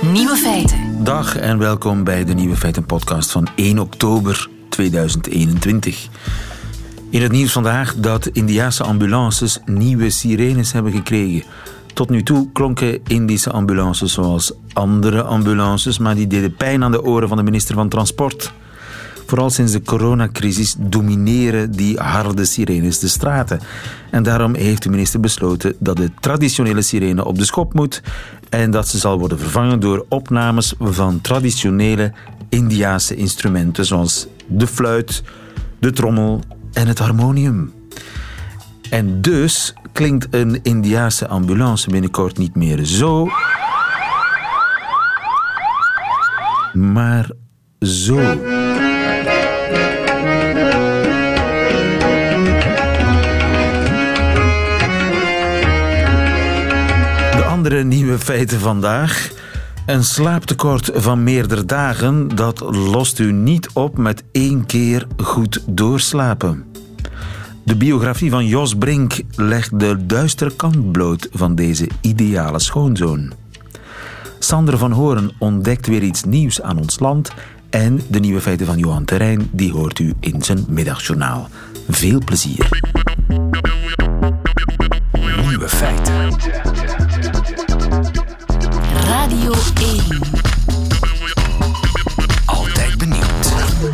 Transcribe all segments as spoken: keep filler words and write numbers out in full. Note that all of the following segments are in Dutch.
Nieuwe feiten. Dag en welkom bij de Nieuwe Feiten podcast van één oktober tweeduizend eenentwintig. In het nieuws vandaag dat Indiase ambulances nieuwe sirenes hebben gekregen. Tot nu toe klonken Indische ambulances zoals andere ambulances, maar die deden pijn aan de oren van de minister van Transport. Vooral sinds de coronacrisis domineren die harde sirenes de straten. En daarom heeft de minister besloten dat de traditionele sirene op de schop moet en dat ze zal worden vervangen door opnames van traditionele Indiase instrumenten zoals de fluit, de trommel en het harmonium. En dus klinkt een Indiase ambulance binnenkort niet meer zo, maar zo. Andere nieuwe feiten vandaag. Een slaaptekort van meerdere dagen, dat lost u niet op met één keer goed doorslapen. De biografie van Jos Brink legt de duistere kant bloot van deze ideale schoonzoon. Sander van Hoorn ontdekt weer iets nieuws aan ons land en de nieuwe feiten van Johan Terrein, die hoort u in zijn middagjournaal. Veel plezier. Nieuwe feiten. Radio één. Altijd benieuwd.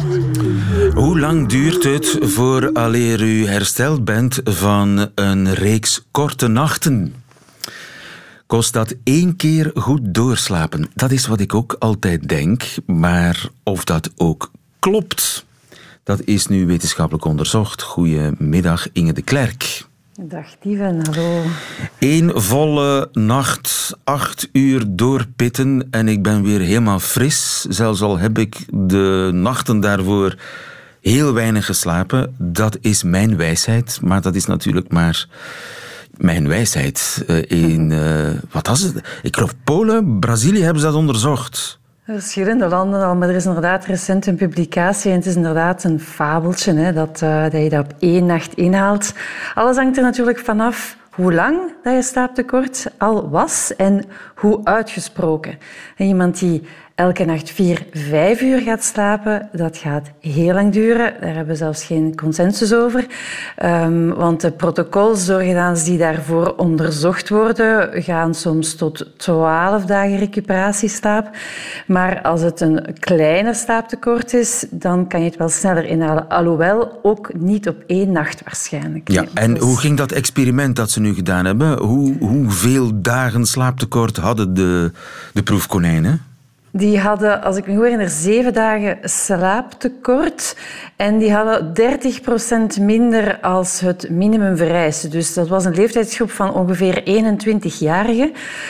Hoe lang duurt het voor aleer u hersteld bent van een reeks korte nachten? Kost dat één keer goed doorslapen? Dat is wat ik ook altijd denk, maar of dat ook klopt, dat is nu wetenschappelijk onderzocht. Goedemiddag, Inge de Klerk. Dag Dieven, hallo. Eén volle nacht, acht uur doorpitten en ik ben weer helemaal fris. Zelfs al heb ik de nachten daarvoor heel weinig geslapen. Dat is mijn wijsheid, maar dat is natuurlijk maar mijn wijsheid. In, uh, wat was het? Ik geloof Polen, Brazilië hebben ze dat onderzocht. Verschillende landen al, maar er is inderdaad recent een publicatie en het is inderdaad een fabeltje, hè, dat, uh, dat je dat op één nacht inhaalt. Alles hangt er natuurlijk vanaf hoe lang dat je slaaptekort al was en hoe uitgesproken. En iemand die elke nacht vier, vijf uur gaat slapen, dat gaat heel lang duren. Daar hebben we zelfs geen consensus over. Um, want de protocols doorgaans die daarvoor onderzocht worden, gaan soms tot twaalf dagen recuperatieslaap. Maar als het een kleiner slaaptekort is, dan kan je het wel sneller inhalen. Alhoewel ook niet op één nacht waarschijnlijk. Ja, en dus hoe ging dat experiment dat ze nu gedaan hebben? Hoe, hoeveel dagen slaaptekort hadden de, de proefkonijnen? Die hadden, als ik me goed herinner, zeven dagen slaaptekort. En die hadden dertig procent minder als het minimum vereiste. Dus dat was een leeftijdsgroep van ongeveer eenentwintigjarigen.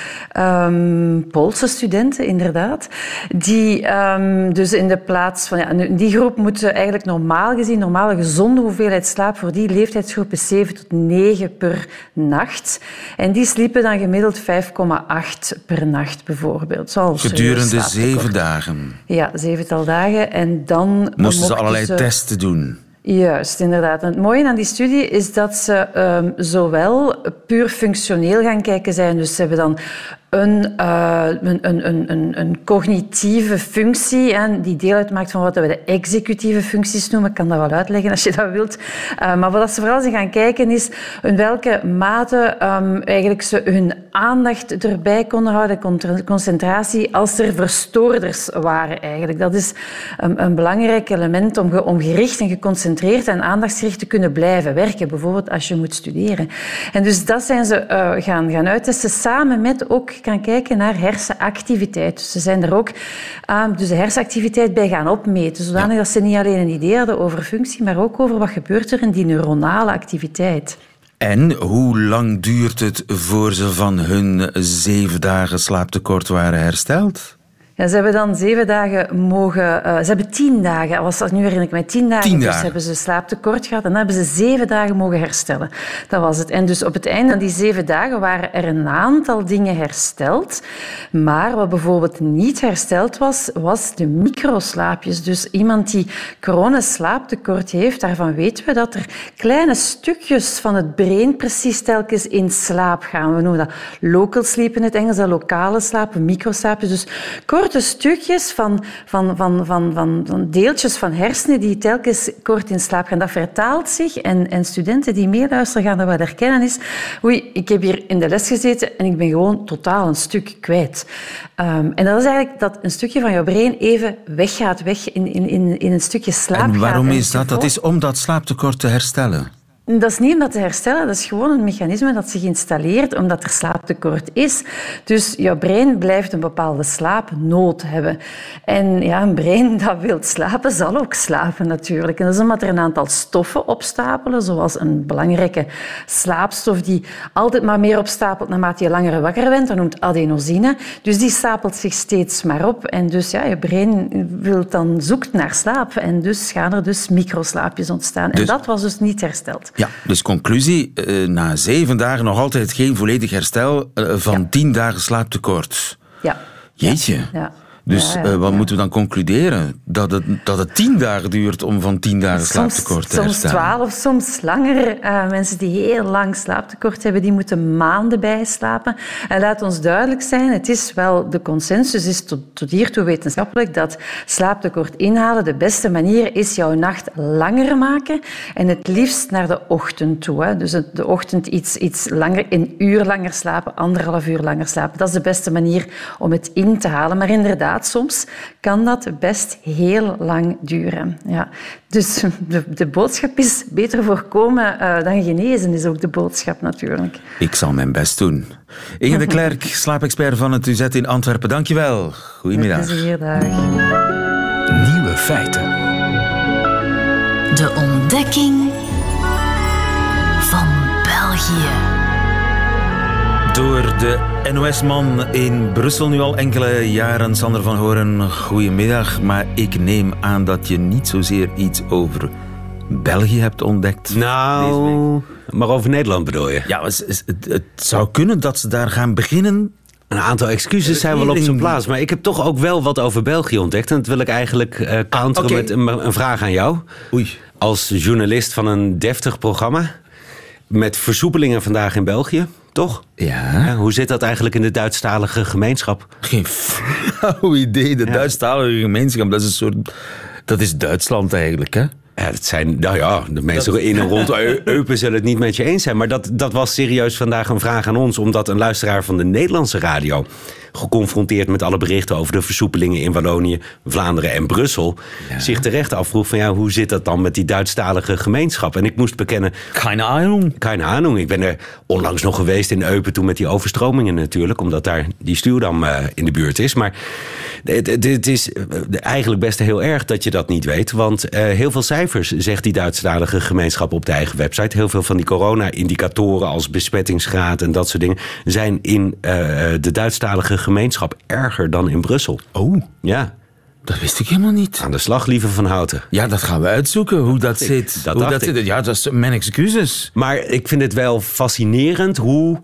Um, Poolse studenten, inderdaad. Die um, dus in de plaats van... Ja, die groep moet eigenlijk normaal gezien, normale gezonde hoeveelheid slaap voor die leeftijdsgroep is zeven tot negen per nacht. En die sliepen dan gemiddeld vijf komma acht per nacht, bijvoorbeeld. Zoals gedurende zeven dagen? Ja, zevental dagen. En dan moesten ze allerlei ze... testen doen? Juist, inderdaad. En het mooie aan die studie is dat ze um, zowel puur functioneel gaan kijken zijn. Dus ze hebben dan een, uh, een, een, een, een cognitieve functie, hè, die deel uitmaakt van wat we de executieve functies noemen. Ik kan dat wel uitleggen als je dat wilt. Uh, maar wat ze vooral zijn gaan kijken is in welke mate um, eigenlijk ze hun aandacht erbij konden houden, concentratie, als er verstoorders waren eigenlijk. Dat is um, een belangrijk element om, ge, om gericht en geconcentreerd en aandachtsgericht te kunnen blijven werken, bijvoorbeeld als je moet studeren. En dus dat zijn ze uh, gaan, gaan uittesten, samen met ook gaan kijken naar hersenactiviteit. Dus ze zijn er ook uh, dus de hersenactiviteit bij gaan opmeten, zodanig ja. dat ze niet alleen een idee hadden over functie, maar ook over wat gebeurt er in die neuronale activiteit. En hoe lang duurt het voor ze van hun zeven dagen slaaptekort waren hersteld? Ja, ze hebben dan zeven dagen mogen... Uh, ze hebben tien dagen, was dat, nu herinner ik mij, tien dagen. Tien dus dagen. hebben ze slaaptekort gehad en dan hebben ze zeven dagen mogen herstellen. Dat was het. En dus op het einde van die zeven dagen waren er een aantal dingen hersteld. Maar wat bijvoorbeeld niet hersteld was, was de microslaapjes. Dus iemand die coronaslaaptekort heeft, daarvan weten we dat er kleine stukjes van het brein precies telkens in slaap gaan. We noemen dat local sleep in het Engels, dat lokale slapen, microslaapjes. Dus korte stukjes van, van, van, van, van, van deeltjes van hersenen die telkens kort in slaap gaan. Dat vertaalt zich en, en studenten die meeluisteren gaan dat wel herkennen is. Oei, ik heb hier in de les gezeten en ik ben gewoon totaal een stuk kwijt. Um, en dat is eigenlijk dat een stukje van je brein even weggaat, weg in, in, in, in een stukje slaap gaat. En waarom gaat. is dat? Dat is om dat slaaptekort te herstellen. Dat is niet om dat te herstellen, dat is gewoon een mechanisme dat zich installeert omdat er slaaptekort is. Dus je brein blijft een bepaalde slaapnood hebben. En ja, een brein dat wil slapen, zal ook slapen natuurlijk. En dat is omdat er een aantal stoffen opstapelen, zoals een belangrijke slaapstof die altijd maar meer opstapelt naarmate je langer wakker bent. Dat noemt adenosine. Dus die stapelt zich steeds maar op. En dus ja, je brein wil dan zoekt naar slaap. En dus gaan er dus microslaapjes ontstaan. Dus... En dat was dus niet hersteld. Ja, dus conclusie, uh, na zeven dagen nog altijd geen volledig herstel uh, van ja. tien dagen slaaptekort. Ja. Jeetje. Ja. Dus ja, ja, uh, wat ja. moeten we dan concluderen? Dat het, dat het tien dagen duurt om van tien dagen soms, slaaptekort te soms herstellen? Soms twaalf, soms langer. Uh, mensen die heel lang slaaptekort hebben, die moeten maanden bijslapen. En laat ons duidelijk zijn, het is wel de consensus, is tot, tot hiertoe wetenschappelijk, dat slaaptekort inhalen de beste manier is jouw nacht langer maken en het liefst naar de ochtend toe. Hè. Dus de ochtend iets, iets langer, een uur langer slapen, anderhalf uur langer slapen. Dat is de beste manier om het in te halen. Maar inderdaad, soms kan dat best heel lang duren. Ja. Dus de, de boodschap is beter voorkomen uh, dan genezen, is ook de boodschap natuurlijk. Ik zal mijn best doen. Inge de Klerk, slaapexpert van het U Z in Antwerpen. Dank je wel. Goedemiddag. Met plezier, dag. Nieuwe feiten. De ontdekking van België. Door de N O S-man in Brussel nu al enkele jaren. Sander van Horen, goedemiddag. Maar ik neem aan dat je niet zozeer iets over België hebt ontdekt. Nou, maar over Nederland bedoel je? Ja, het, het, het zou kunnen dat ze daar gaan beginnen. Een aantal excuses zijn wel op zijn plaats. Maar ik heb toch ook wel wat over België ontdekt. En dat wil ik eigenlijk uh, counteren ah, okay. met een, een vraag aan jou. Oei. Als journalist van een deftig programma. Met versoepelingen vandaag in België. Toch? Ja. ja. Hoe zit dat eigenlijk in de Duitsstalige gemeenschap? Geen flauw idee. De ja. Duitsstalige gemeenschap, dat is een soort... Dat is Duitsland eigenlijk, hè? Ja, dat zijn, nou ja, de mensen dat... in en rond Eupen zullen het niet met je eens zijn. Maar dat, dat was serieus vandaag een vraag aan ons. Omdat een luisteraar van de Nederlandse radio... geconfronteerd met alle berichten over de versoepelingen in Wallonië, Vlaanderen en Brussel... Ja. zich terecht afvroeg van ja, hoe zit dat dan met die Duitsstalige gemeenschap? En ik moest bekennen... Keine Ahnung. Keine Ahnung. Ik ben er onlangs nog geweest in Eupen toen met die overstromingen natuurlijk... omdat daar die stuwdam uh, in de buurt is. Maar het, het, het is eigenlijk best heel erg dat je dat niet weet... want uh, heel veel cijfers zegt die Duitsstalige gemeenschap op de eigen website. Heel veel van die corona-indicatoren als besmettingsgraad en dat soort dingen... zijn in uh, de Duitsstalige gemeenschap erger dan in Brussel. Oh, ja. Dat wist ik helemaal niet. Aan de slag, lieve Van Houten. Ja, dat gaan we uitzoeken, hoe dat ik, zit. Dat hoe dat zit. Ja, dat is mijn excuses. Maar ik vind het wel fascinerend hoe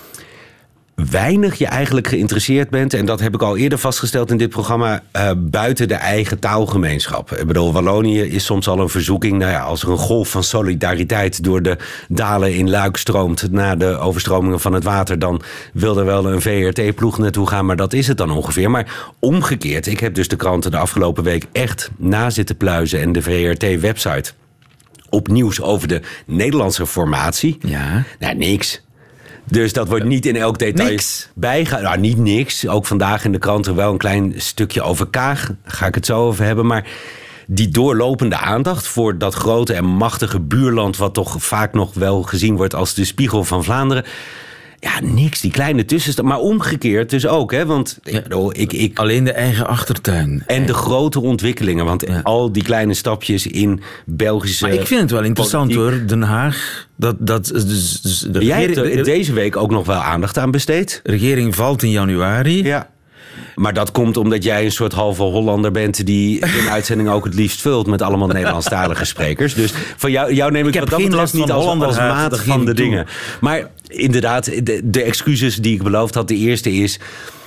weinig je eigenlijk geïnteresseerd bent... en dat heb ik al eerder vastgesteld in dit programma... Uh, buiten de eigen taalgemeenschap. Ik bedoel, Wallonië is soms al een verzoeking. Nou ja, als er een golf van solidariteit door de dalen in Luik stroomt... na de overstromingen van het water... dan wil er wel een V R T-ploeg naartoe gaan, maar dat is het dan ongeveer. Maar omgekeerd, ik heb dus de kranten de afgelopen week... echt na zitten pluizen en de V R T-website... op nieuws over de Nederlandse formatie. Ja. Nou, niks. Dus dat wordt niet in elk detail niks. bijgehouden. Nou, niet niks. Ook vandaag in de kranten wel een klein stukje over Kaag. Daar ga ik het zo over hebben. Maar die doorlopende aandacht voor dat grote en machtige buurland... wat toch vaak nog wel gezien wordt als de spiegel van Vlaanderen... Ja, niks. Die kleine tussenstap. Maar omgekeerd dus ook, hè. Want ja, ik, ik, alleen de eigen achtertuin. En de grote ontwikkelingen. Want ja. al die kleine stapjes in Belgische... Maar ik vind het wel interessant, politiek. hoor. Den Haag... Dat, dat, dus, dus de Jij regering, hebt er deze week ook nog wel aandacht aan besteed. De regering valt in januari. Ja. Maar dat komt omdat jij een soort halve Hollander bent die in uitzending ook het liefst vult met allemaal Nederlandstalige sprekers. Dus van jou, jou neem ik, ik wat dat betreft niet als, als maat van de dingen. Maar inderdaad, de, de excuses die ik beloofd had, de eerste is,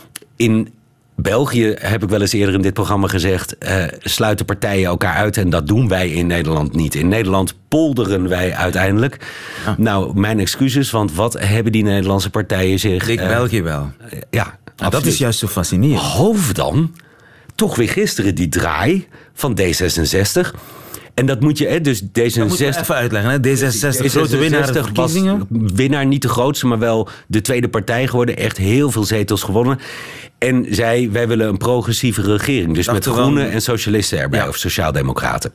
in België heb ik wel eens eerder in dit programma gezegd, uh, sluiten partijen elkaar uit en dat doen wij in Nederland niet. In Nederland polderen wij uiteindelijk. Ja. Nou, mijn excuses, want wat hebben die Nederlandse partijen zich... Ik uh, België wel. Uh, ja, nou, dat is juist zo fascinerend. Behalve dan, toch weer gisteren die draai van D zesenzestig. En dat moet je, hè, dus D zesenzestig... Dat even uitleggen, hè? D zesenzestig, grote winnaar de verkiezingen. Winnaar, niet de grootste, maar wel de tweede partij geworden. Echt heel veel zetels gewonnen. En zij, wij willen een progressieve regering. Dus met groenen dan... en socialisten erbij, ja. Of sociaaldemocraten.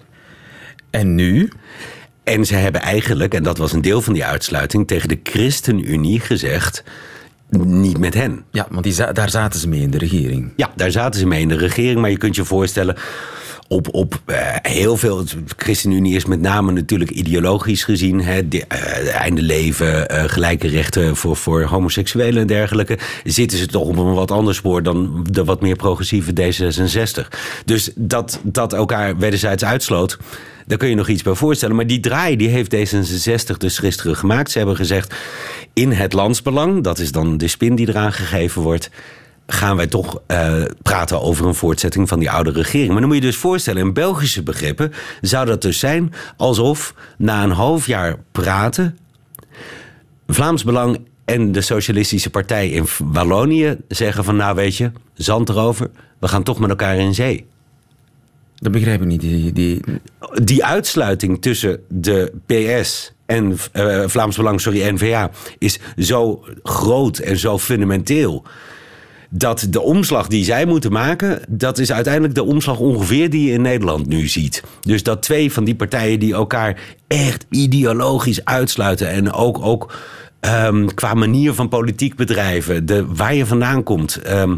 En nu? En ze hebben eigenlijk, en dat was een deel van die uitsluiting, tegen de ChristenUnie gezegd, niet met hen. Ja, want die, daar zaten ze mee in de regering. Ja, daar zaten ze mee in de regering. Maar je kunt je voorstellen, op, op uh, heel veel... De ChristenUnie is met name natuurlijk ideologisch gezien. Hè, de, uh, einde leven, uh, gelijke rechten voor, voor homoseksuelen en dergelijke. Zitten ze toch op een wat ander spoor dan de wat meer progressieve D zesenzestig. Dus dat, dat elkaar wederzijds uitsloot, daar kun je nog iets bij voorstellen. Maar die draai die heeft D zesenzestig dus gisteren gemaakt. Ze hebben gezegd, in het landsbelang, dat is dan de spin die eraan gegeven wordt, gaan wij toch uh, praten over een voortzetting van die oude regering. Maar dan moet je dus voorstellen, in Belgische begrippen zou dat dus zijn alsof na een half jaar praten Vlaams Belang en de Socialistische Partij in Wallonië zeggen van, nou weet je, zand erover, we gaan toch met elkaar in zee. Dat begrijp ik niet. Die, die... die uitsluiting tussen de P S en uh, Vlaams Belang, sorry, N V A, is zo groot en zo fundamenteel dat de omslag die zij moeten maken, dat is uiteindelijk de omslag ongeveer die je in Nederland nu ziet. Dus dat twee van die partijen die elkaar echt ideologisch uitsluiten en ook, ook um, qua manier van politiek bedrijven, de, waar je vandaan komt, Um,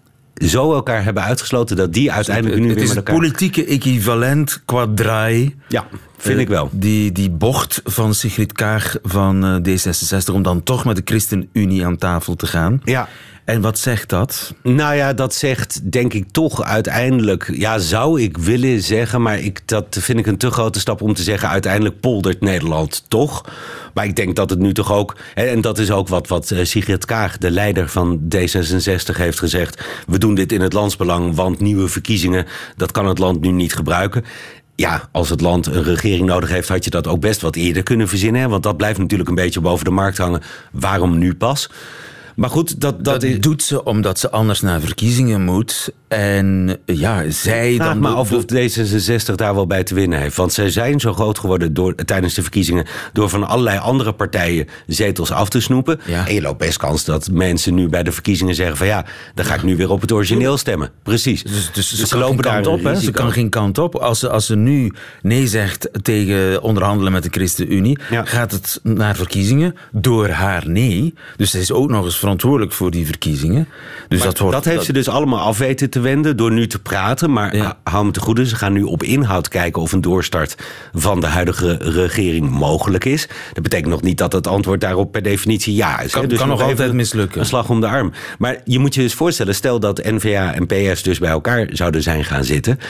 zo elkaar hebben uitgesloten dat die uiteindelijk nu het weer is met elkaar... Het politieke equivalent qua draai. Ja, vind uh, ik wel. Die, die bocht van Sigrid Kaag van uh, D zesenzestig om dan toch met de ChristenUnie aan tafel te gaan. Ja. En wat zegt dat? Nou ja, dat zegt denk ik toch uiteindelijk, ja, zou ik willen zeggen, maar ik, dat vind ik een te grote stap om te zeggen, uiteindelijk poldert Nederland toch. Maar ik denk dat het nu toch ook, en dat is ook wat, wat Sigrid Kaag, de leider van D zesenzestig, heeft gezegd. We doen dit in het landsbelang, want nieuwe verkiezingen, dat kan het land nu niet gebruiken. Ja, als het land een regering nodig heeft, had je dat ook best wat eerder kunnen verzinnen. Hè? Want dat blijft natuurlijk een beetje boven de markt hangen. Waarom nu pas? Maar goed, dat, dat, dat is... doet ze omdat ze anders naar verkiezingen moet. En ja, zij Vraag dan... maar af of D zesenzestig daar wel bij te winnen heeft. Want zij zijn zo groot geworden door, tijdens de verkiezingen door van allerlei andere partijen zetels af te snoepen. Ja. En je loopt best kans dat mensen nu bij de verkiezingen zeggen van ja, dan ga ik nu weer op het origineel stemmen. Precies. Dus, dus, dus ze kan geen kant op, hè? Ze kan geen kant op. Als ze, als ze nu nee zegt tegen onderhandelen met de ChristenUnie, ja, gaat het naar verkiezingen door haar nee. Dus ze is ook nog eens verantwoordelijk voor die verkiezingen. Dus dat, wordt, dat heeft dat... ze dus allemaal af weten te wenden door nu te praten. Maar ja, hou me te goede, ze gaan nu op inhoud kijken of een doorstart van de huidige regering mogelijk is. Dat betekent nog niet dat het antwoord daarop per definitie ja is. Kan, dus kan nog altijd mislukken. Een slag om de arm. Maar je moet je dus voorstellen, stel dat N V A en P S dus bij elkaar zouden zijn gaan zitten.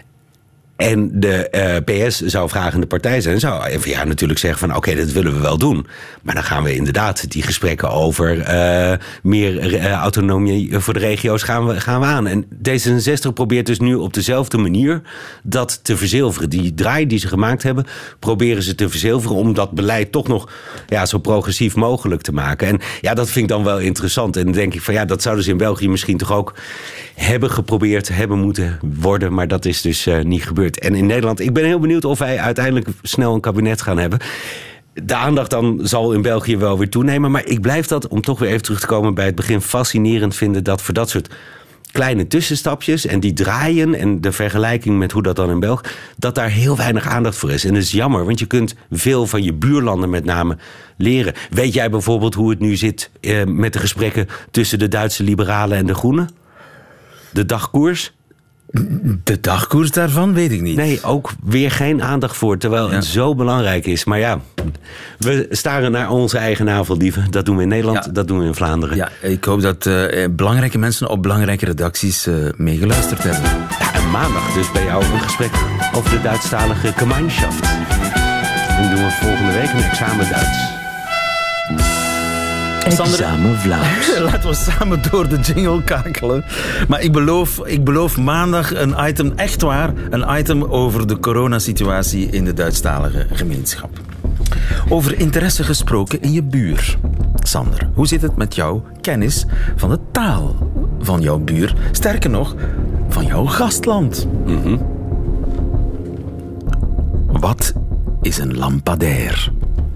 En de uh, P S zou vragende partij zijn, zou N V A natuurlijk zeggen van oké, okay, dat willen we wel doen. Maar dan gaan we inderdaad die gesprekken over uh, meer uh, autonomie voor de regio's gaan we, gaan we aan. En D zesenzestig probeert dus nu op dezelfde manier dat te verzilveren. Die draai die ze gemaakt hebben, proberen ze te verzilveren om dat beleid toch nog ja, zo progressief mogelijk te maken. En ja, dat vind ik dan wel interessant. En dan denk ik van ja, dat zouden ze in België misschien toch ook hebben geprobeerd, hebben moeten worden. Maar dat is dus uh, niet gebeurd. En in Nederland, ik ben heel benieuwd of wij uiteindelijk snel een kabinet gaan hebben. De aandacht dan zal in België wel weer toenemen. Maar ik blijf dat, om toch weer even terug te komen bij het begin, fascinerend vinden dat voor dat soort kleine tussenstapjes en die draaien en de vergelijking met hoe dat dan in België, dat daar heel weinig aandacht voor is. En dat is jammer, want je kunt veel van je buurlanden met name leren. Weet jij bijvoorbeeld hoe het nu zit eh, met de gesprekken tussen de Duitse liberalen en de Groenen? De dagkoers? De dagkoers daarvan weet ik niet. Nee, ook weer geen aandacht voor, terwijl Ja. het zo belangrijk is. Maar ja, we staren naar onze eigen naveldieven. Dat doen we in Nederland, Ja. dat doen we in Vlaanderen. Ja, ik hoop dat uh, belangrijke mensen op belangrijke redacties uh, meegeluisterd hebben. Ja, en maandag dus bij jou een gesprek over de Duitsstalige Gemeinschaft. Dan doen we volgende week een examen Duits. Examen Vlaams. Laten we samen door de jingle kakelen. Maar ik beloof, ik beloof maandag een item, echt waar, een item over de coronasituatie in de Duitsstalige gemeenschap. Over interesse gesproken in je buur. Sander, hoe zit het met jouw kennis van de taal van jouw buur? Sterker nog, van jouw gastland. Mm-hmm. Wat is een lampadaire?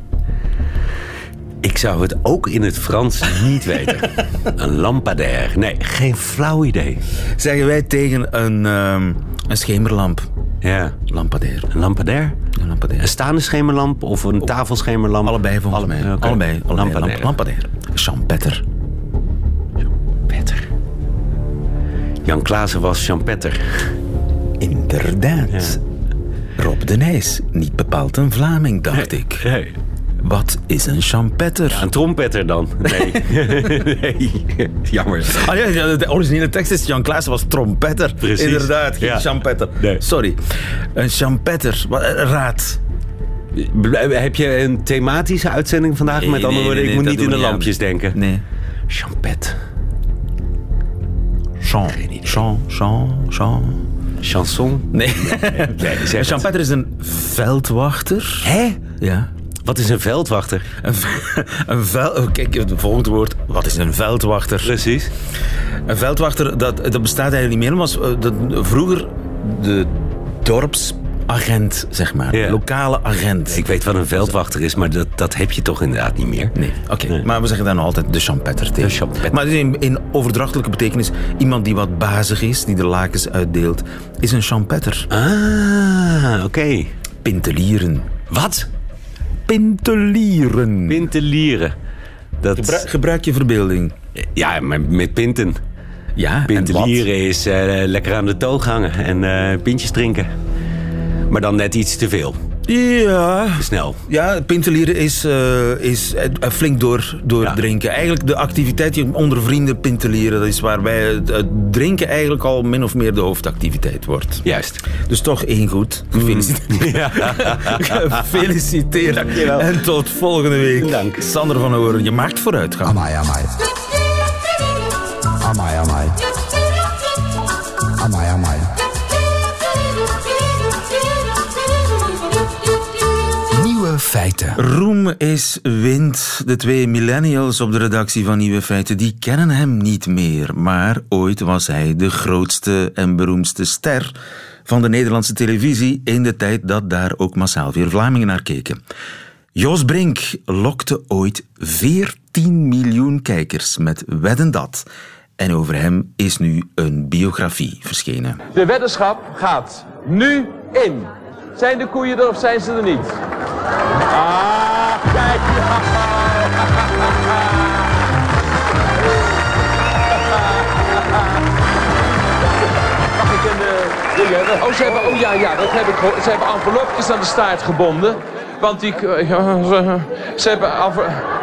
Ik zou het ook in het Frans niet weten. Een lampadaire. Nee, geen flauw idee. Zeggen wij tegen een, um, een schemerlamp. Ja. Lampadaire. Een lampadaire? Een lampadaire. Een staande schemerlamp of een tafelschemerlamp? Allebei volgens Allebei, mij. okay. Allebei. allebei. Lampadaire. Lampadaire. Champetter. Champetter. Jan Klaassen was champetter. Inderdaad. Ja. Rob de Nijs. Niet bepaald een Vlaming, dacht nee, ik. Nee. Wat is een champetter? Ja, een trompetter dan. Nee. nee. Jammer. Ah, ja, de originele tekst is Jan Klaassen was trompetter. Precies. Inderdaad, geen ja. champetter. Nee. Sorry. Een champetter. Raad. Heb je een thematische uitzending vandaag? Nee, Met andere nee, woorden, nee, ik moet nee, niet in de niet lampjes aan. denken. Nee. Champet. Chan. Chan. Chan. Chan. Chanson? Nee. nee een champetter is een veldwachter. Hè? Ja. Wat is een veldwachter? Een, een vel, oh, kijk, het volgende woord. Wat is een veldwachter? Precies. Een veldwachter, dat, dat bestaat eigenlijk niet meer. Was dat vroeger de dorpsagent, zeg maar. Ja. Lokale agent. Ik weet wat een veldwachter is, maar dat, dat heb je toch inderdaad niet meer? Nee, oké. Okay. Nee. Maar we zeggen dan nog altijd de champetter tegen. De champetter. Maar in, in overdrachtelijke betekenis, iemand die wat bazig is, die de lakens uitdeelt, is een champetter. Ah, oké. Okay. Pintelieren. Wat? Pintelieren. Pintelieren. Dat... Gebruik, gebruik je verbeelding. Ja, maar met pinten. Ja, pintelieren is uh, lekker aan de toog hangen en uh, pintjes drinken. Maar dan net iets te veel. Ja. Te snel. Ja, pintelieren is, uh, is uh, flink door, door ja. drinken. Eigenlijk de activiteit die onder vrienden pintelieren, dat is waarbij het, het drinken eigenlijk al min of meer de hoofdactiviteit wordt. Juist. Dus toch één goed. Gefeliciteerd. Ja. Gefeliciteerd. Dankjewel. En tot volgende week. Dank. Sander van Horen, je maakt vooruitgang. Amai, amai. Amai, amai. Amai, amai. Nieuwe feiten. Roem is wind. De twee millennials op de redactie van Nieuwe Feiten, die kennen hem niet meer. Maar ooit was hij de grootste en beroemdste ster van de Nederlandse televisie in de tijd dat daar ook massaal veel Vlamingen naar keken. Jos Brink lokte ooit veertien miljoen kijkers met Wedden Dat. En over hem is nu een biografie verschenen. De weddenschap gaat nu in. Zijn de koeien er of zijn ze er niet? Ah, kijk nou. Mag ik een uh, ding hebben? Oh, ze hebben, oh ja, ja, dat heb ik gehoord. Ze hebben envelopjes aan de staart gebonden. Want die... Uh, ze, ze hebben... Envelop...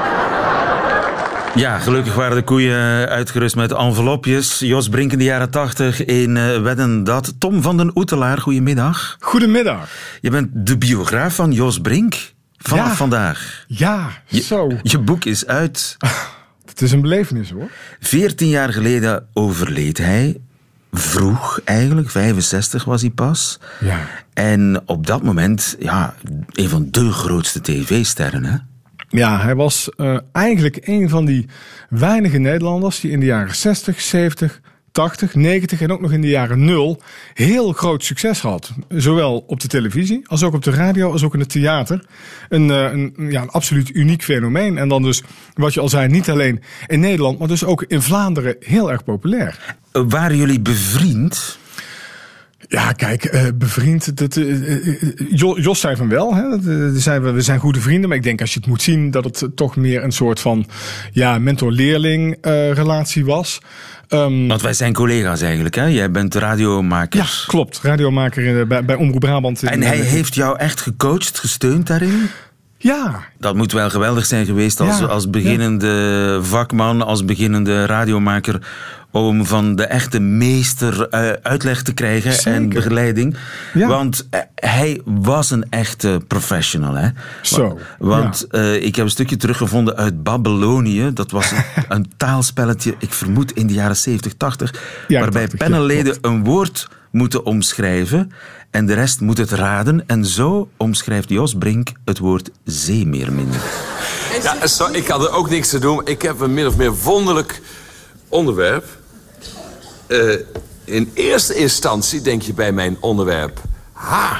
Ja, gelukkig waren de koeien uitgerust met envelopjes. Jos Brink in de jaren tachtig in uh, Wedden Dat. Tom van den Oetelaar, goedemiddag. Goedemiddag. Je bent de biograaf van Jos Brink vanaf ja. vandaag. Ja, je, zo. Je boek is uit. Het is een belevenis, hoor. Veertien jaar geleden overleed hij. Vroeg eigenlijk, vijfenzestig was hij pas. Ja. En op dat moment, ja, een van de grootste tv-sterren, hè? Ja, hij was uh, eigenlijk een van die weinige Nederlanders die in de jaren zestig, zeventig, tachtig, negentig en ook nog in de jaren nul heel groot succes had. Zowel op de televisie, als ook op de radio, als ook in het theater. Een, uh, een, ja, een absoluut uniek fenomeen. En dan dus, wat je al zei, niet alleen in Nederland, maar dus ook in Vlaanderen heel erg populair. Waren jullie bevriend? Ja, kijk, uh, bevriend. Dat, uh, Jos zei van wel. Hè, dat, uh, zijn we, we zijn goede vrienden. Maar ik denk als je het moet zien dat het toch meer een soort van ja, mentor-leerling uh, relatie was. Um, Want wij zijn collega's eigenlijk, hè? Jij bent radiomaker. Ja, klopt. Radiomaker in, bij, bij Omroep Brabant. In, en hij in, heeft jou echt gecoacht, gesteund daarin? Ja. Dat moet wel geweldig zijn geweest als, ja, als beginnende ja. vakman, als beginnende radiomaker, om van de echte meester uh, uitleg te krijgen. Zeker. En begeleiding. Ja. Want uh, hij was een echte professional. Hè? Zo. Want ja. uh, ik heb een stukje teruggevonden uit Babylonië. Dat was een, een taalspelletje, ik vermoed in de jaren zeventig, tachtig, ja, waarbij tachtig, panelleden ja, een woord moeten omschrijven en de rest moet het raden. En zo omschrijft Jos Brink het woord zeemeermin. Ja, so, ik had er ook niks te doen. Ik heb een min of meer wonderlijk onderwerp. Uh, in eerste instantie denk je bij mijn onderwerp ha.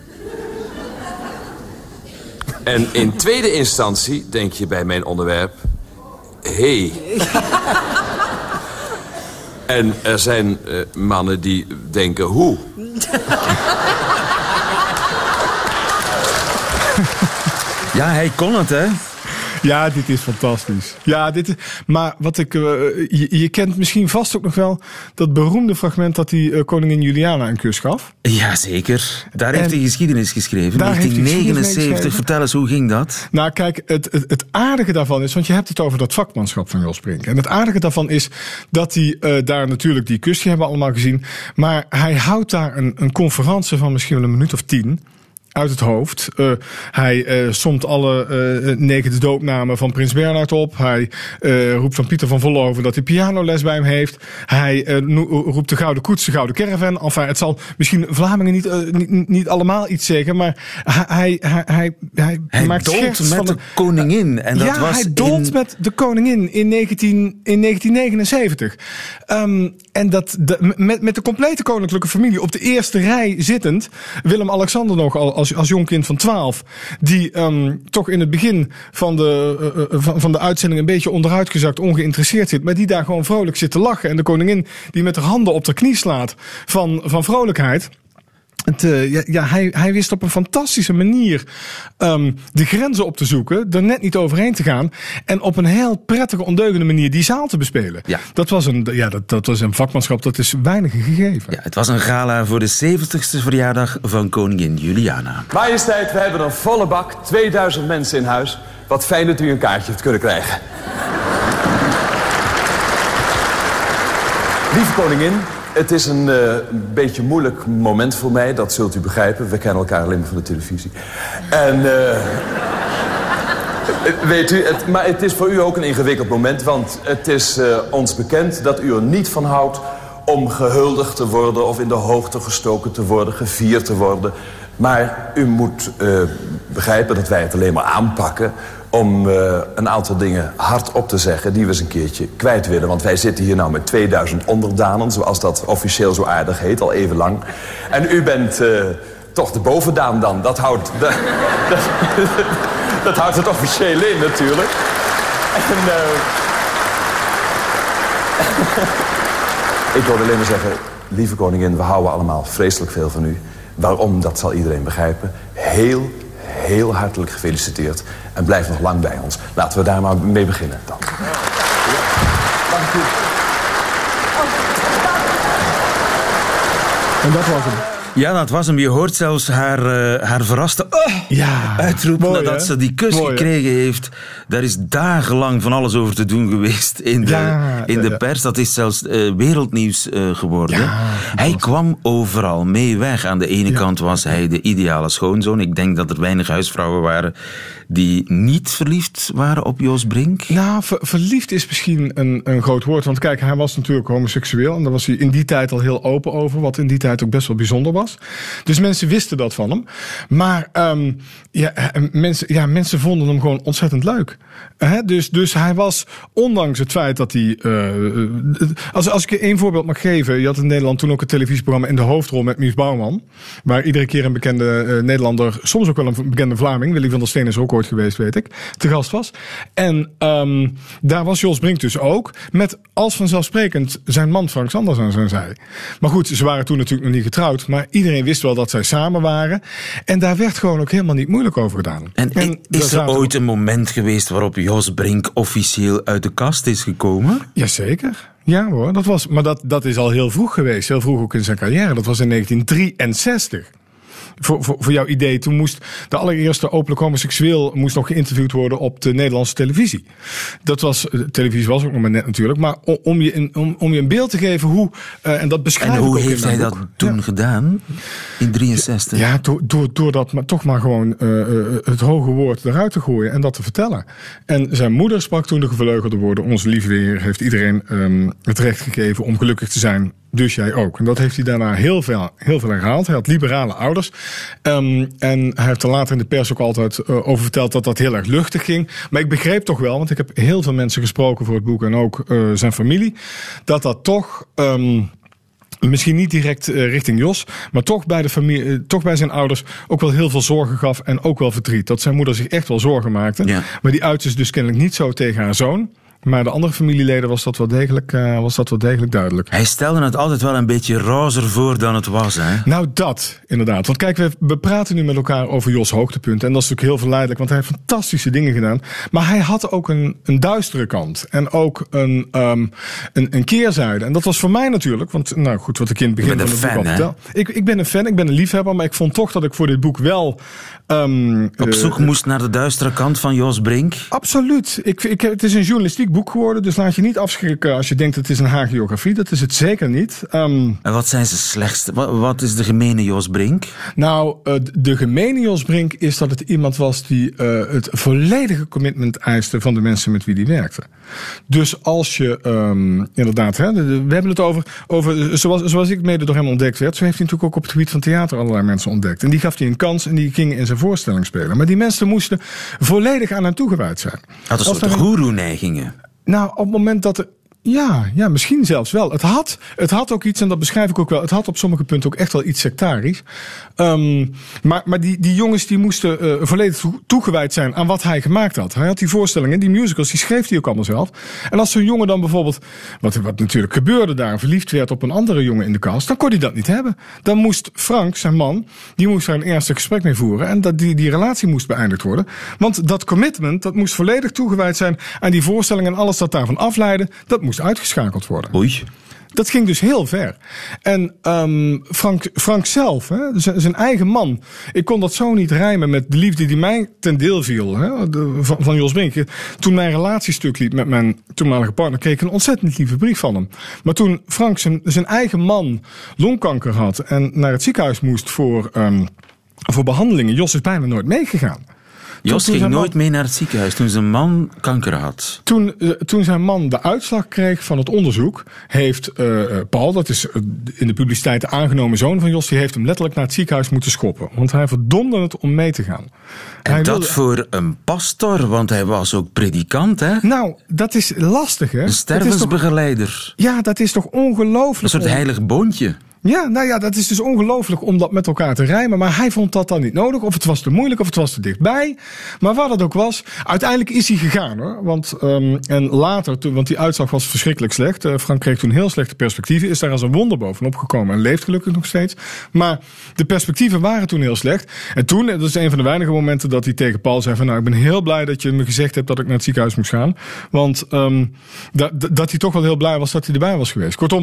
En in tweede instantie denk je bij mijn onderwerp hey. En er zijn uh, mannen die denken hoe. Ja, hij kon het, hè? Ja, dit is fantastisch. Ja, dit is, maar wat ik, uh, je, je kent misschien vast ook nog wel dat beroemde fragment dat die uh, koningin Juliana een kus gaf. Jazeker. Daar heeft en hij geschiedenis geschreven. negentien negenenzeventig. Vertel eens, hoe ging dat? Nou, kijk, het, het, het aardige daarvan is, want je hebt het over dat vakmanschap van Jos Brink. En het aardige daarvan is dat hij uh, daar natuurlijk die kus, die hebben we allemaal gezien. Maar hij houdt daar een, een conferentie van misschien wel een minuut of tien uit het hoofd. Uh, hij uh, somt alle uh, negende doopnamen van Prins Bernhard op. Hij uh, roept van Pieter van Vollenhoven dat hij pianoles bij hem heeft. Hij uh, no- roept de Gouden Koets, de Gouden Caravan. Enfin, het zal misschien Vlamingen niet, uh, niet, niet allemaal iets zeggen, maar hij, hij, hij, hij, hij maakt dolt met van de, de koningin. En dat ja, was hij dolt in... met de koningin in, negentien, in negentien negenenzeventig. Um, en dat de, met, met de complete koninklijke familie op de eerste rij zittend. Willem-Alexander nog al als, als jong kind van twaalf. Die um, toch in het begin van de, uh, van, van de uitzending een beetje onderuitgezakt, ongeïnteresseerd zit. Maar die daar gewoon vrolijk zit te lachen. En de koningin die met haar handen op de knie slaat van, van vrolijkheid. Het, uh, ja, ja, hij, hij wist op een fantastische manier um, de grenzen op te zoeken, er net niet overheen te gaan en op een heel prettige, ondeugende manier die zaal te bespelen. Ja. Dat was een, ja, dat, dat was een vakmanschap, dat is weinig gegeven. Ja, het was een gala voor de zeventigste verjaardag van koningin Juliana. Majesteit, we hebben een volle bak, tweeduizend mensen in huis. Wat fijn dat u een kaartje hebt kunnen krijgen. Lieve koningin, het is een uh, beetje moeilijk moment voor mij, dat zult u begrijpen. We kennen elkaar alleen maar van de televisie. En uh, weet u, het, maar het is voor u ook een ingewikkeld moment, want het is uh, ons bekend dat u er niet van houdt om gehuldigd te worden of in de hoogte gestoken te worden, gevierd te worden. Maar u moet uh, begrijpen dat wij het alleen maar aanpakken om uh, een aantal dingen hardop te zeggen die we eens een keertje kwijt willen. Want wij zitten hier nou met tweeduizend onderdanen, zoals dat officieel zo aardig heet, al even lang. En u bent uh, toch de bovendaan dan. Dat houdt, de, dat, dat houdt het officieel in natuurlijk. En, uh, ik wilde alleen maar zeggen, lieve koningin, we houden allemaal vreselijk veel van u. Waarom, dat zal iedereen begrijpen. Heel, heel hartelijk gefeliciteerd. En blijf nog lang bij ons. Laten we daar maar mee beginnen dan. Dank u. En dat was hem. Ja, dat was hem. Je hoort zelfs haar, uh, haar verraste oh, ja, uitroep mooi, nadat hè? ze die kus Mooi, gekregen heeft. Daar is dagenlang van alles over te doen geweest in de, ja, in de ja, pers. Dat is zelfs uh, wereldnieuws uh, geworden. Ja, hij kwam overal mee weg. Aan de ene ja. kant was hij de ideale schoonzoon. Ik denk dat er weinig huisvrouwen waren die niet verliefd waren op Jos Brink. Nou, ver, verliefd is misschien een, een groot woord. Want kijk, hij was natuurlijk homoseksueel. En daar was hij in die tijd al heel open over. Wat in die tijd ook best wel bijzonder was. was. Dus mensen wisten dat van hem. Maar um, ja, mensen, ja, mensen vonden hem gewoon ontzettend leuk. He, dus, dus hij was, ondanks het feit dat hij... Uh, als, als ik je één voorbeeld mag geven. Je had in Nederland toen ook een televisieprogramma in de hoofdrol met Mies Bouwman. Waar iedere keer een bekende uh, Nederlander, soms ook wel een bekende Vlaming, Willy van der Steen is ook ooit geweest, weet ik, te gast was. En um, daar was Jos Brink dus ook. Met als vanzelfsprekend zijn man Frank Sanders aan zijn zij. Maar goed, ze waren toen natuurlijk nog niet getrouwd. Maar iedereen wist wel dat zij samen waren. En daar werd gewoon ook helemaal niet moeilijk over gedaan. En, en is er ooit een moment geweest waarop Jos Brink officieel uit de kast is gekomen? Jazeker. Ja hoor, dat was, maar dat, dat is al heel vroeg geweest. Heel vroeg ook in zijn carrière. Dat was in negentien drieënzestig. Voor, voor, voor jouw idee, toen moest de allereerste openlijk homoseksueel moest nog geïnterviewd worden op de Nederlandse televisie. Dat was, de televisie was ook nog maar net natuurlijk, maar om, om, je, in, om, om je een beeld te geven hoe, uh, en dat beschrijf ik ook. En hoe ik heeft hij dat toen ja. gedaan, in drieënzestig? Ja, door, door, door dat maar toch maar gewoon uh, het hoge woord eruit te gooien en dat te vertellen. En zijn moeder sprak toen de gevleugelde woorden: onze lieve Heer heeft iedereen um, het recht gegeven om gelukkig te zijn. Dus jij ook. En dat heeft hij daarna heel veel, heel veel herhaald. Hij had liberale ouders. Um, en hij heeft er later in de pers ook altijd uh, over verteld dat dat heel erg luchtig ging. Maar ik begreep toch wel, want ik heb heel veel mensen gesproken voor het boek en ook uh, zijn familie, dat dat toch... Um, Misschien niet direct uh, richting Jos, maar toch bij, de familie, uh, toch bij zijn ouders ook wel heel veel zorgen gaf en ook wel verdriet. Dat zijn moeder zich echt wel zorgen maakte. Ja. Maar die uitte dus kennelijk niet zo tegen haar zoon. Maar de andere familieleden was dat wel degelijk, uh, was dat wel degelijk duidelijk. Hij stelde het altijd wel een beetje rozer voor dan het was, hè? Nou, dat inderdaad. Want kijk, we, we praten nu met elkaar over Jos' hoogtepunten. En dat is natuurlijk heel verleidelijk, want hij heeft fantastische dingen gedaan. Maar hij had ook een, een duistere kant. En ook een, um, een, een keerzijde. En dat was voor mij natuurlijk, want nou goed, wat ik in het begin van het boek al vertel. Ik, ik ben een fan, ik ben een liefhebber, maar ik vond toch dat ik voor dit boek wel... Um, Op zoek uh, moest naar de duistere kant van Jos Brink? Absoluut. Ik, ik, het is een journalistiek boek geworden, dus laat je niet afschrikken als je denkt het is een hagiografie. Dat is het zeker niet. Um, en wat zijn ze slechtste? Wat, wat is de gemene Jos Brink? Nou, uh, de gemene Jos Brink is dat het iemand was die uh, het volledige commitment eiste van de mensen met wie die werkte. Dus als je, um, inderdaad, hè, de, de, we hebben het over, over zoals, zoals ik mede door hem ontdekt werd, zo heeft hij natuurlijk ook op het gebied van theater allerlei mensen ontdekt. En die gaf hij een kans en die gingen in zijn voorstelling spelen. Maar die mensen moesten volledig aan hem toegewijd zijn. Had een soort goeroe-neigingen. Nou, op het moment dat er... Ja, ja, misschien zelfs wel. Het had, het had ook iets, en dat beschrijf ik ook wel, het had op sommige punten ook echt wel iets sectarisch. Um, maar maar die, die jongens die moesten uh, volledig toegewijd zijn aan wat hij gemaakt had. Hij had die voorstellingen, die musicals, die schreef hij ook allemaal zelf. En als zo'n jongen dan bijvoorbeeld, wat, wat natuurlijk gebeurde daar, verliefd werd op een andere jongen in de cast, dan kon hij dat niet hebben. Dan moest Frank, zijn man, die moest daar een eerste gesprek mee voeren. En dat die, die relatie moest beëindigd worden. Want dat commitment, dat moest volledig toegewijd zijn aan die voorstelling en alles dat daarvan afleidde, dat moest moest uitgeschakeld worden. Oei. Dat ging dus heel ver. En um, Frank, Frank zelf, hè, zijn, zijn eigen man. Ik kon dat zo niet rijmen met de liefde die mij ten deel viel. Hè, de, van, van Jos Brink. Toen mijn relatiestuk liep met mijn toenmalige partner, kreeg ik een ontzettend lieve brief van hem. Maar toen Frank zijn, zijn eigen man longkanker had en naar het ziekenhuis moest voor, um, voor behandelingen, Jos is bijna nooit meegegaan. Jos ging nooit mee naar het ziekenhuis toen zijn man kanker had. Toen, uh, toen zijn man de uitslag kreeg van het onderzoek, heeft uh, Paul, dat is uh, in de publiciteit de aangenomen zoon van Jos, die heeft hem letterlijk naar het ziekenhuis moeten schoppen. Want hij verdomde het om mee te gaan. En hij dat wilde... voor een pastor, want hij was ook predikant, hè? Nou, dat is lastig, hè? Een stervensbegeleider. Toch... Ja, dat is toch ongelooflijk. Een soort heilig boontje. Ja, nou ja, dat is dus ongelooflijk om dat met elkaar te rijmen. Maar hij vond dat dan niet nodig. Of het was te moeilijk, of het was te dichtbij. Maar wat het ook was, uiteindelijk is hij gegaan, hoor. Want, um, en later, toen, want die uitslag was verschrikkelijk slecht. Uh, Frank kreeg toen heel slechte perspectieven. Is daar als een wonder bovenop gekomen. En leeft gelukkig nog steeds. Maar de perspectieven waren toen heel slecht. En toen, dat is een van de weinige momenten dat hij tegen Paul zei van, nou, ik ben heel blij dat je me gezegd hebt dat ik naar het ziekenhuis moest gaan. Want um, dat, dat hij toch wel heel blij was dat hij erbij was geweest. Kortom,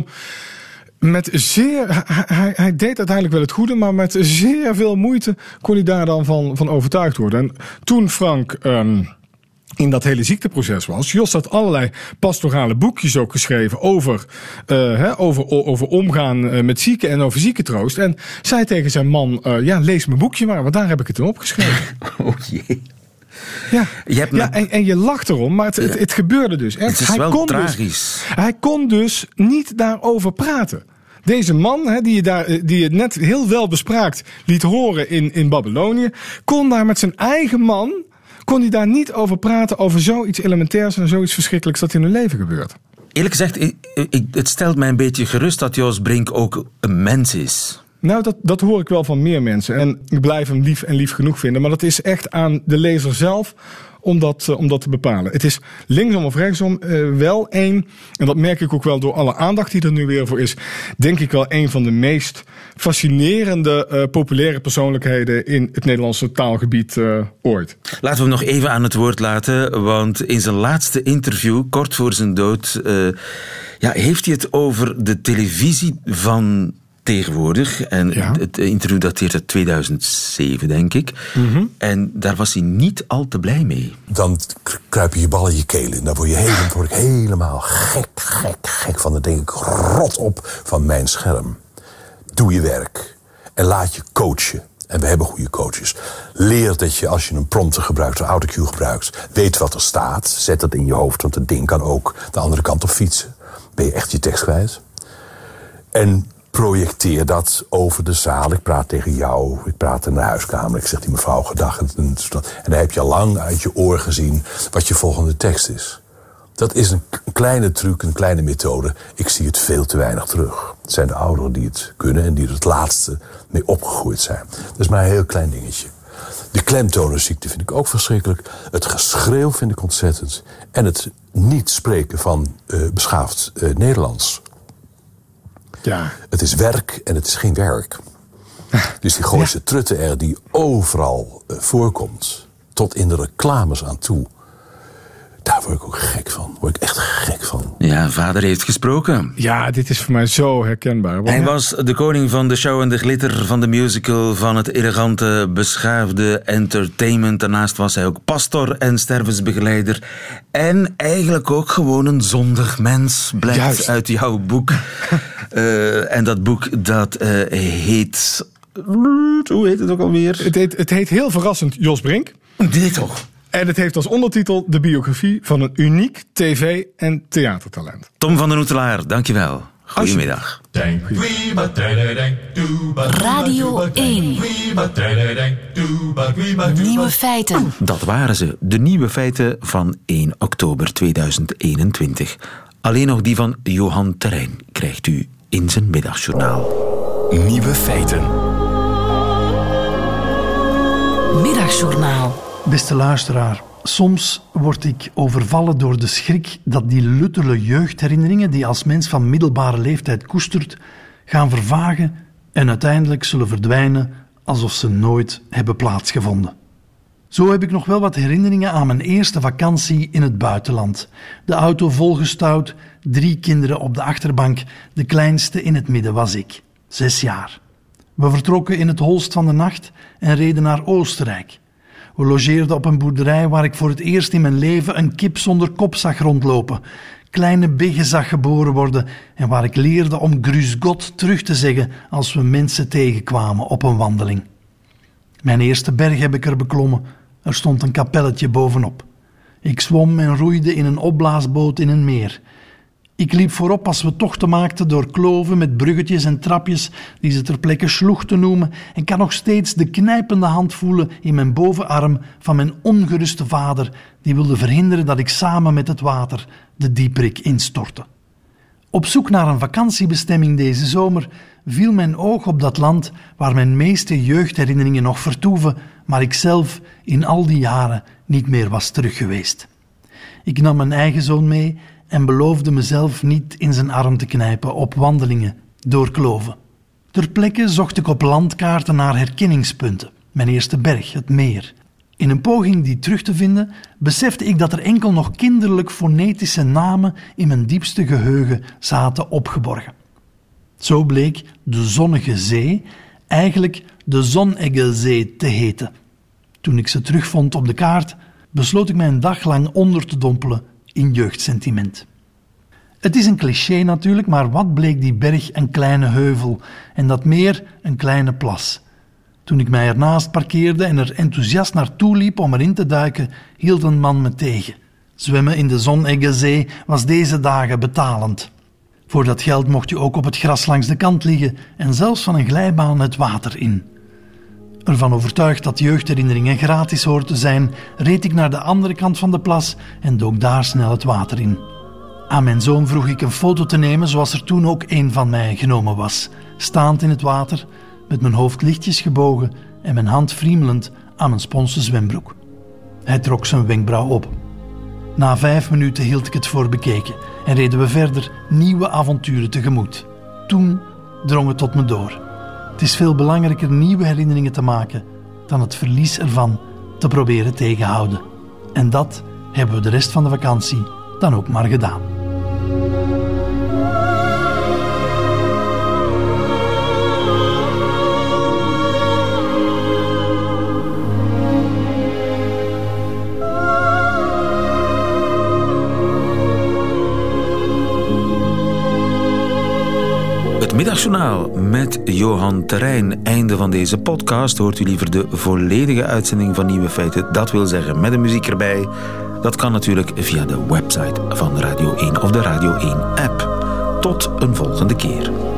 met zeer, hij, hij deed uiteindelijk wel het goede, maar met zeer veel moeite kon hij daar dan van, van overtuigd worden. En toen Frank um, in dat hele ziekteproces was, Jos had allerlei pastorale boekjes ook geschreven over, uh, hè, over, over omgaan uh, met zieken en over ziekentroost. En zei tegen zijn man, uh, ja, lees mijn boekje maar, want daar heb ik het in opgeschreven. Oh jee. Ja, je hebt ja en, en je lacht erom, maar het, het, het, het gebeurde dus echt. Het is hij wel kon tragisch. Dus, hij kon dus niet daarover praten. Deze man, hè, die, je daar, die je net heel wel bespraakt liet horen in, in Babylonië, kon daar met zijn eigen man, kon hij daar niet over praten over zoiets elementairs en zoiets verschrikkelijks dat in hun leven gebeurt. Eerlijk gezegd, ik, ik, het stelt mij een beetje gerust dat Jos Brink ook een mens is. Nou, dat, dat hoor ik wel van meer mensen. En ik blijf hem lief en lief genoeg vinden. Maar dat is echt aan de lezer zelf om dat, uh, om dat te bepalen. Het is linksom of rechtsom uh, wel één, en dat merk ik ook wel door alle aandacht die er nu weer voor is, denk ik wel een van de meest fascinerende, uh, populaire persoonlijkheden in het Nederlandse taalgebied uh, ooit. Laten we hem nog even aan het woord laten, want in zijn laatste interview, kort voor zijn dood, uh, ja, heeft hij het over de televisie van tegenwoordig. En ja. Het interview dateert uit tweeduizend zeven, denk ik. Mm-hmm. En daar was hij niet al te blij mee. Dan kruipen je ballen in je kelen. Dan word, je helemaal, dan word ik helemaal gek, gek, gek van. Dan denk ik, rot op van mijn scherm. Doe je werk. En laat je coachen. En we hebben goede coaches. Leer dat je, als je een prompter gebruikt, een autocue gebruikt, weet wat er staat. Zet dat in je hoofd, want het ding kan ook de andere kant op fietsen. Ben je echt je tekst kwijt. En projecteer dat over de zaal. Ik praat tegen jou, ik praat in de huiskamer. Ik zeg die mevrouw gedag. En, en dan heb je lang uit je oor gezien wat je volgende tekst is. Dat is een, een kleine truc, een kleine methode. Ik zie het veel te weinig terug. Het zijn de ouderen die het kunnen en die er het laatste mee opgegroeid zijn. Dat is maar een heel klein dingetje. De klemtonenziekte vind ik ook verschrikkelijk. Het geschreeuw vind ik ontzettend. En het niet spreken van uh, beschaafd uh, Nederlands. Ja. Het is werk en het is geen werk. Dus die Gooise ja. trutte er die overal uh, voorkomt, tot in de reclames aan toe, daar word ik ook gek van. Daar word ik echt gek van. Ja, vader heeft gesproken. Ja, dit is voor mij zo herkenbaar. Hij was de koning van de show en de glitter, van de musical, van het elegante, beschaafde entertainment. Daarnaast was hij ook pastor en stervensbegeleider. En eigenlijk ook gewoon een zondig mens, blijkt Juist. uit jouw boek. uh, en dat boek dat uh, heet... Hoe heet het ook alweer? Het heet, het heet heel verrassend Jos Brink. Dit toch? En het heeft als ondertitel de biografie van een uniek tv- en theatertalent. Tom van den Hoetelaar, dankjewel. Goedemiddag. Radio één. Nieuwe feiten. Dat waren ze, de nieuwe feiten van één oktober tweeduizend eenentwintig. Alleen nog die van Johan Terrein krijgt u in zijn middagjournaal. Nieuwe feiten. Middagjournaal. Beste luisteraar, soms word ik overvallen door de schrik dat die luttele jeugdherinneringen die als mens van middelbare leeftijd koestert, gaan vervagen en uiteindelijk zullen verdwijnen alsof ze nooit hebben plaatsgevonden. Zo heb ik nog wel wat herinneringen aan mijn eerste vakantie in het buitenland. De auto volgestouwd, drie kinderen op de achterbank, de kleinste in het midden was ik, zes jaar. We vertrokken in het holst van de nacht en reden naar Oostenrijk. We logeerden op een boerderij waar ik voor het eerst in mijn leven een kip zonder kop zag rondlopen, kleine biggen zag geboren worden en waar ik leerde om Grüß Gott terug te zeggen als we mensen tegenkwamen op een wandeling. Mijn eerste berg heb ik er beklommen. Er stond een kapelletje bovenop. Ik zwom en roeide in een opblaasboot in een meer. Ik liep voorop als we tochten maakten door kloven met bruggetjes en trapjes die ze ter plekke sloegten noemen en kan nog steeds de knijpende hand voelen in mijn bovenarm van mijn ongeruste vader die wilde verhinderen dat ik samen met het water de dieprik instortte. Op zoek naar een vakantiebestemming deze zomer viel mijn oog op dat land waar mijn meeste jeugdherinneringen nog vertoeven, maar ik zelf in al die jaren niet meer was terug geweest. Ik nam mijn eigen zoon mee en beloofde mezelf niet in zijn arm te knijpen op wandelingen door kloven. Ter plekke zocht ik op landkaarten naar herkenningspunten, mijn eerste berg, het meer. In een poging die terug te vinden, besefte ik dat er enkel nog kinderlijk fonetische namen in mijn diepste geheugen zaten opgeborgen. Zo bleek de Zonnige Zee eigenlijk de Zonneggezee te heten. Toen ik ze terugvond op de kaart, besloot ik mij een dag lang onder te dompelen in jeugdsentiment. Het is een cliché natuurlijk, maar wat bleek die berg een kleine heuvel en dat meer een kleine plas. Toen ik mij ernaast parkeerde en er enthousiast naartoe liep om erin te duiken, hield een man me tegen. Zwemmen in de Zonneggezee was deze dagen betalend. Voor dat geld mocht je ook op het gras langs de kant liggen en zelfs van een glijbaan het water in. Ervan overtuigd dat jeugdherinneringen gratis hoort te zijn, reed ik naar de andere kant van de plas en dook daar snel het water in. Aan mijn zoon vroeg ik een foto te nemen zoals er toen ook een van mij genomen was. Staand in het water, met mijn hoofd lichtjes gebogen en mijn hand friemelend aan mijn sponsen zwembroek. Hij trok zijn wenkbrauw op. Na vijf minuten hield ik het voor bekeken en reden we verder nieuwe avonturen tegemoet. Toen drong het tot me door. Het is veel belangrijker nieuwe herinneringen te maken dan het verlies ervan te proberen tegenhouden. En dat hebben we de rest van de vakantie dan ook maar gedaan. Middagjournaal met Johan Terrein. Einde van deze podcast. Hoort u liever de volledige uitzending van Nieuwe Feiten? Dat wil zeggen met de muziek erbij. Dat kan natuurlijk via de website van Radio één of de Radio één app. Tot een volgende keer.